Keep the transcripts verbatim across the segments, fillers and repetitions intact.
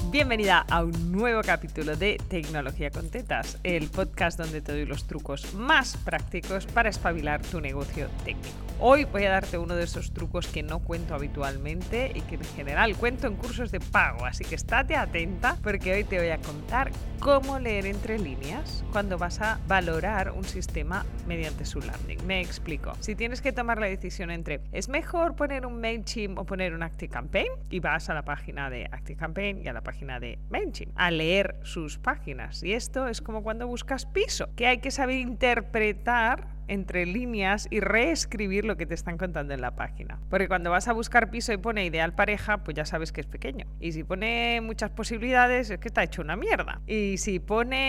Bienvenida a un nuevo capítulo de Tecnología con Tetas, el podcast donde te doy los trucos más prácticos para espabilar tu negocio técnico. Hoy voy a darte uno de esos trucos que no cuento habitualmente y que en general cuento en cursos de pago, así que estate atenta porque hoy te voy a contar cómo leer entre líneas cuando vas a valorar un sistema mediante su landing. Me explico. Si tienes que tomar la decisión entre ¿es mejor poner un MailChimp o poner un ActiveCampaign? Y vas a la página de ActiveCampaign y a la página de MailChimp a leer sus páginas. Y esto es como cuando buscas piso, que hay que saber interpretar entre líneas y reescribir lo que te están contando en la página. Porque cuando vas a buscar piso y pone ideal pareja, pues ya sabes que es pequeño. Y si pone muchas posibilidades, es que está hecho una mierda. Y si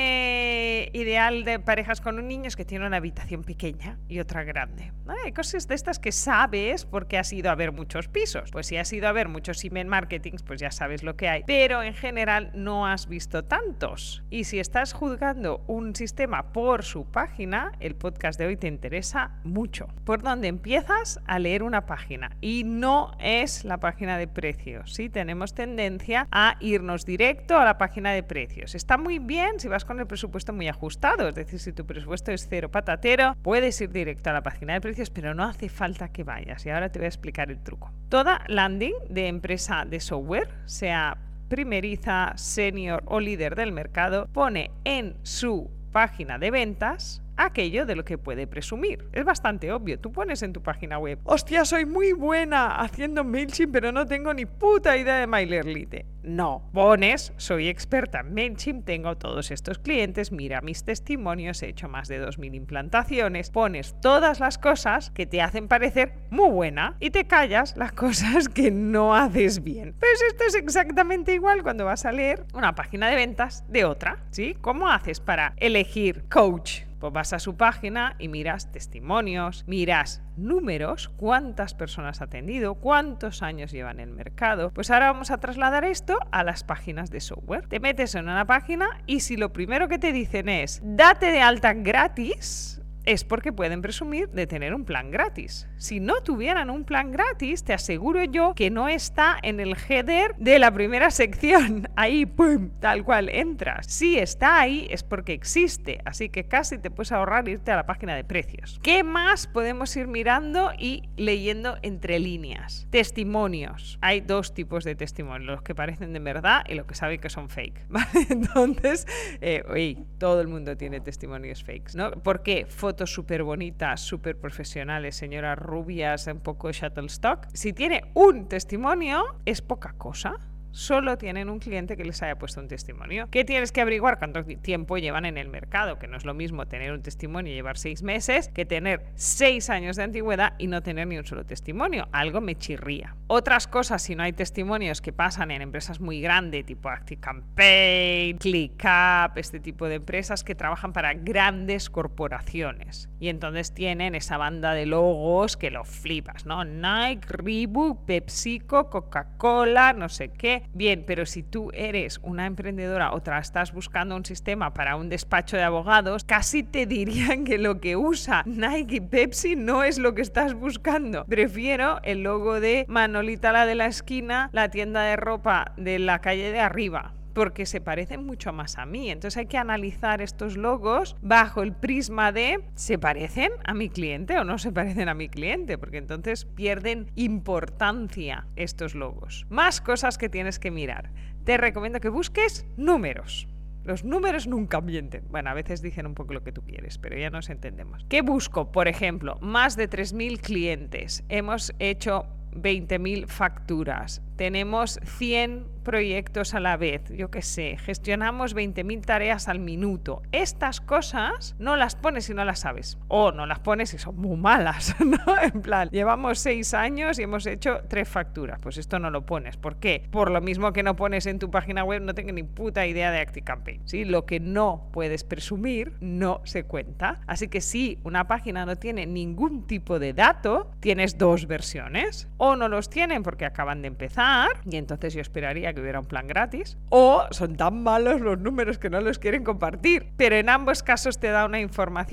pone ideal de parejas con un niño, es que tiene una habitación pequeña y otra grande. Hay cosas de estas que sabes porque has ido a ver muchos pisos. Pues si has ido a ver muchos email marketings, pues ya sabes lo que hay. Pero en general no has visto tantos. Y si estás juzgando un sistema por su página, el podcast de hoy te interesa mucho. Por donde empiezas a leer una página y no es la página de precios. Sí, tenemos tendencia a irnos directo a la página de precios. Está muy bien si vas con el presupuesto muy ajustado, es decir, si tu presupuesto es cero patatero, puedes ir directo a la página de precios, pero no hace falta que vayas. Y ahora te voy a explicar el truco. Toda landing de empresa de software, sea primeriza, senior o líder del mercado, pone en su página de ventas aquello de lo que puede presumir. Es bastante obvio. Tú pones en tu página web: hostia, soy muy buena haciendo MailChimp, pero no tengo ni puta idea de MailerLite. No. Pones: soy experta en MailChimp, tengo todos estos clientes, mira mis testimonios, he hecho más de dos mil implantaciones. Pones todas las cosas que te hacen parecer muy buena y te callas las cosas que no haces bien. Pues esto es exactamente igual cuando vas a leer una página de ventas de otra, ¿sí? ¿Cómo haces para elegir coach? Pues vas a su página y miras testimonios, miras números, cuántas personas ha atendido, cuántos años llevan en el mercado. Pues ahora vamos a trasladar esto a las páginas de software. Te metes en una página y si lo primero que te dicen es date de alta gratis, es porque pueden presumir de tener un plan gratis. Si no tuvieran un plan gratis, te aseguro yo que no está en el header de la primera sección. Ahí, ¡pum!, tal cual entras. Si está ahí es porque existe, así que casi te puedes ahorrar irte a la página de precios. ¿Qué más podemos ir mirando y leyendo entre líneas? Testimonios. Hay dos tipos de testimonios, los que parecen de verdad y los que saben que son fake, ¿vale? Entonces, eh, oye, todo el mundo tiene testimonios fakes, ¿no? ¿Por qué? Fotos súper bonitas, súper profesionales, señoras rubias, un poco Shutterstock. Si tiene un testimonio, es poca cosa. Solo tienen un cliente que les haya puesto un testimonio. ¿Qué tienes que averiguar? ¿Cuánto tiempo llevan en el mercado? Que no es lo mismo tener un testimonio y llevar seis meses que tener seis años de antigüedad y no tener ni un solo testimonio. Algo me chirría. Otras cosas, si no hay testimonios, que pasan en empresas muy grandes, tipo ActiveCampaign, ClickUp, este tipo de empresas que trabajan para grandes corporaciones. Y entonces tienen esa banda de logos que lo flipas, ¿no? Nike, Reebok, PepsiCo, Coca-Cola, no sé qué. Bien, pero si tú eres una emprendedora o estás buscando un sistema para un despacho de abogados, casi te dirían que lo que usa Nike y Pepsi no es lo que estás buscando. Prefiero el logo de Manolita, la de la esquina, la tienda de ropa de la calle de arriba, porque se parecen mucho más a mí. Entonces hay que analizar estos logos bajo el prisma de ¿se parecen a mi cliente o no se parecen a mi cliente? Porque entonces pierden importancia estos logos. Más cosas que tienes que mirar. Te recomiendo que busques números. Los números nunca mienten. Bueno, a veces dicen un poco lo que tú quieres, pero ya nos entendemos. ¿Qué busco? Por ejemplo, más de tres mil clientes. Hemos hecho veinte mil facturas. Tenemos cien proyectos a la vez, yo qué sé, gestionamos veinte mil tareas al minuto. Estas cosas no las pones si no las sabes. O no las pones si son muy malas, ¿no? En plan, llevamos seis años y hemos hecho tres facturas. Pues esto no lo pones. ¿Por qué? Por lo mismo que no pones en tu página web, no tengo ni puta idea de ActiveCampaign, ¿sí? Lo que no puedes presumir no se cuenta. Así que si una página no tiene ningún tipo de dato, tienes dos versiones. O no los tienen porque acaban de empezar, y entonces yo esperaría que hubiera un plan gratis, o son tan malos los números que no los quieren compartir. Pero en ambos casos te da una información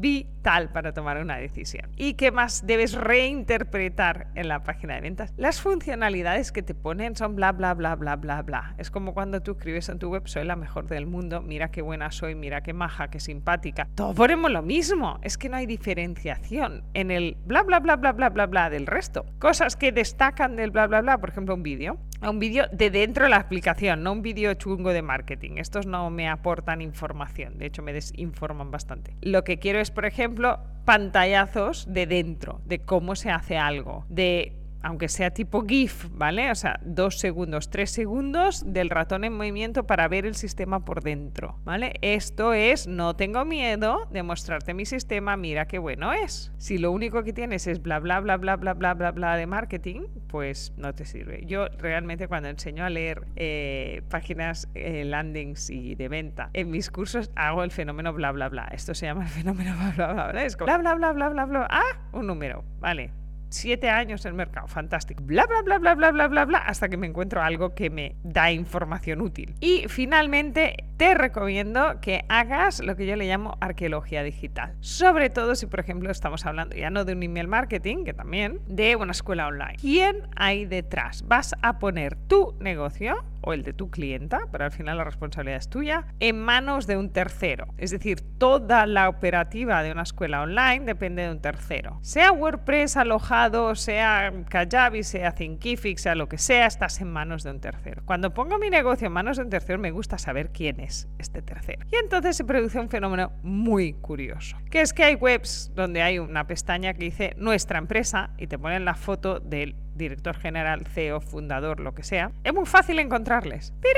vital para tomar una decisión. ¿Y qué más debes reinterpretar en la página de ventas? Las funcionalidades que te ponen son bla, bla, bla, bla, bla, bla. Es como cuando tú escribes en tu web, soy la mejor del mundo, mira qué buena soy, mira qué maja, qué simpática. Todos ponemos lo mismo. Es que no hay diferenciación en el bla, bla, bla, bla, bla, bla, bla del resto. Cosas que destacan del bla, bla, bla, por ejemplo, un vídeo. Un vídeo de dentro de la aplicación, no un vídeo chungo de marketing. Estos no me aportan información, de hecho me desinforman bastante. Lo que quiero es, por ejemplo, pantallazos de dentro, de cómo se hace algo, de... aunque sea tipo GIF, ¿vale? O sea, dos segundos, tres segundos del ratón en movimiento para ver el sistema por dentro, ¿vale? Esto es, no tengo miedo de mostrarte mi sistema, mira qué bueno es. Si lo único que tienes es bla, bla, bla, bla, bla, bla, bla, bla de marketing, pues no te sirve. Yo realmente cuando enseño a leer eh, páginas, eh, landings y de venta en mis cursos hago el fenómeno bla, bla, bla. Esto se llama el fenómeno bla, bla, bla, bla. Es como bla, bla, bla, bla, bla, bla. Ah, un número, vale. Siete años en el mercado, fantástico. Bla, bla, bla, bla, bla, bla, bla, bla, hasta que me encuentro algo que me da información útil. Y finalmente te recomiendo que hagas lo que yo le llamo arqueología digital. Sobre todo si, por ejemplo, estamos hablando ya no de un email marketing, que también, de una escuela online. ¿Quién hay detrás? Vas a poner tu negocio o el de tu clienta, pero al final la responsabilidad es tuya, en manos de un tercero. Es decir, toda la operativa de una escuela online depende de un tercero. Sea WordPress alojado, sea Kajabi, sea Thinkific, sea lo que sea, estás en manos de un tercero. Cuando pongo mi negocio en manos de un tercero, me gusta saber quién es este tercero. Y entonces se produce un fenómeno muy curioso, que es que hay webs donde hay una pestaña que dice nuestra empresa y te ponen la foto del director general, C E O, fundador, lo que sea. Es muy fácil encontrarles, pero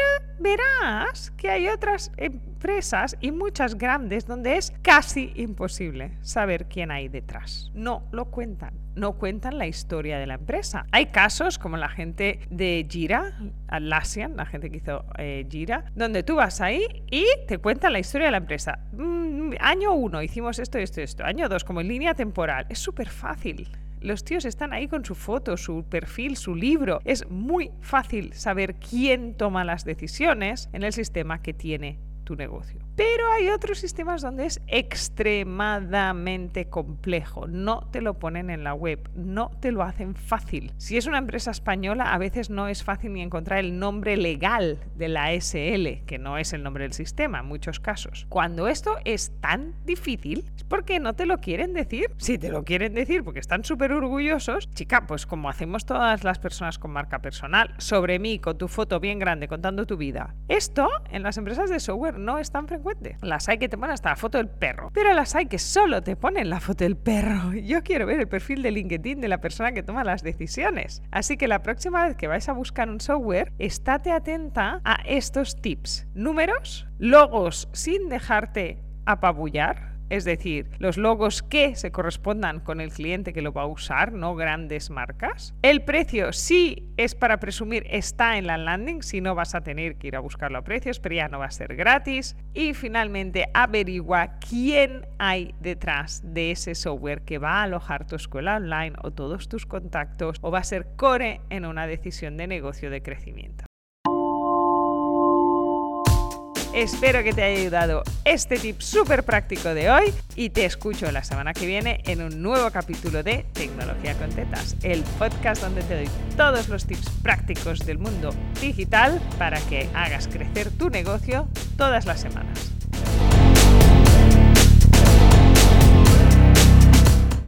verás que hay otras empresas y muchas grandes donde es casi imposible saber quién hay detrás. No lo cuentan. No cuentan la historia de la empresa. Hay casos como la gente de Jira, Atlassian, la gente que hizo eh, Jira, donde tú vas ahí y te cuentan la historia de la empresa. Mm, año uno hicimos esto, esto, esto. Año dos, como en línea temporal. Es súper fácil. Los tíos están ahí con su foto, su perfil, su libro. Es muy fácil saber quién toma las decisiones en el sistema que tiene tu negocio. Pero hay otros sistemas donde es extremadamente complejo. No te lo ponen en la web, no te lo hacen fácil. Si es una empresa española, a veces no es fácil ni encontrar el nombre legal de la S L, que no es el nombre del sistema en muchos casos. Cuando esto es tan difícil, es porque no te lo quieren decir. Si te lo quieren decir porque están súper orgullosos, chica, pues como hacemos todas las personas con marca personal, sobre mí, con tu foto bien grande, contando tu vida. Esto en las empresas de software no es tan frecuente. Las hay que te ponen hasta la foto del perro, pero las hay que solo te ponen la foto del perro. Yo quiero ver el perfil de LinkedIn de la persona que toma las decisiones. Así que la próxima vez que vais a buscar un software, estate atenta a estos tips. Números, logos sin dejarte apabullar. Es decir, los logos que se correspondan con el cliente que lo va a usar, no grandes marcas. El precio, si es para presumir, está en la landing, si no vas a tener que ir a buscarlo a precios, pero ya no va a ser gratis. Y finalmente, averigua quién hay detrás de ese software que va a alojar tu escuela online o todos tus contactos o va a ser core en una decisión de negocio de crecimiento. Espero que te haya ayudado este tip súper práctico de hoy y te escucho la semana que viene en un nuevo capítulo de Tecnología con Tetas, el podcast donde te doy todos los tips prácticos del mundo digital para que hagas crecer tu negocio todas las semanas.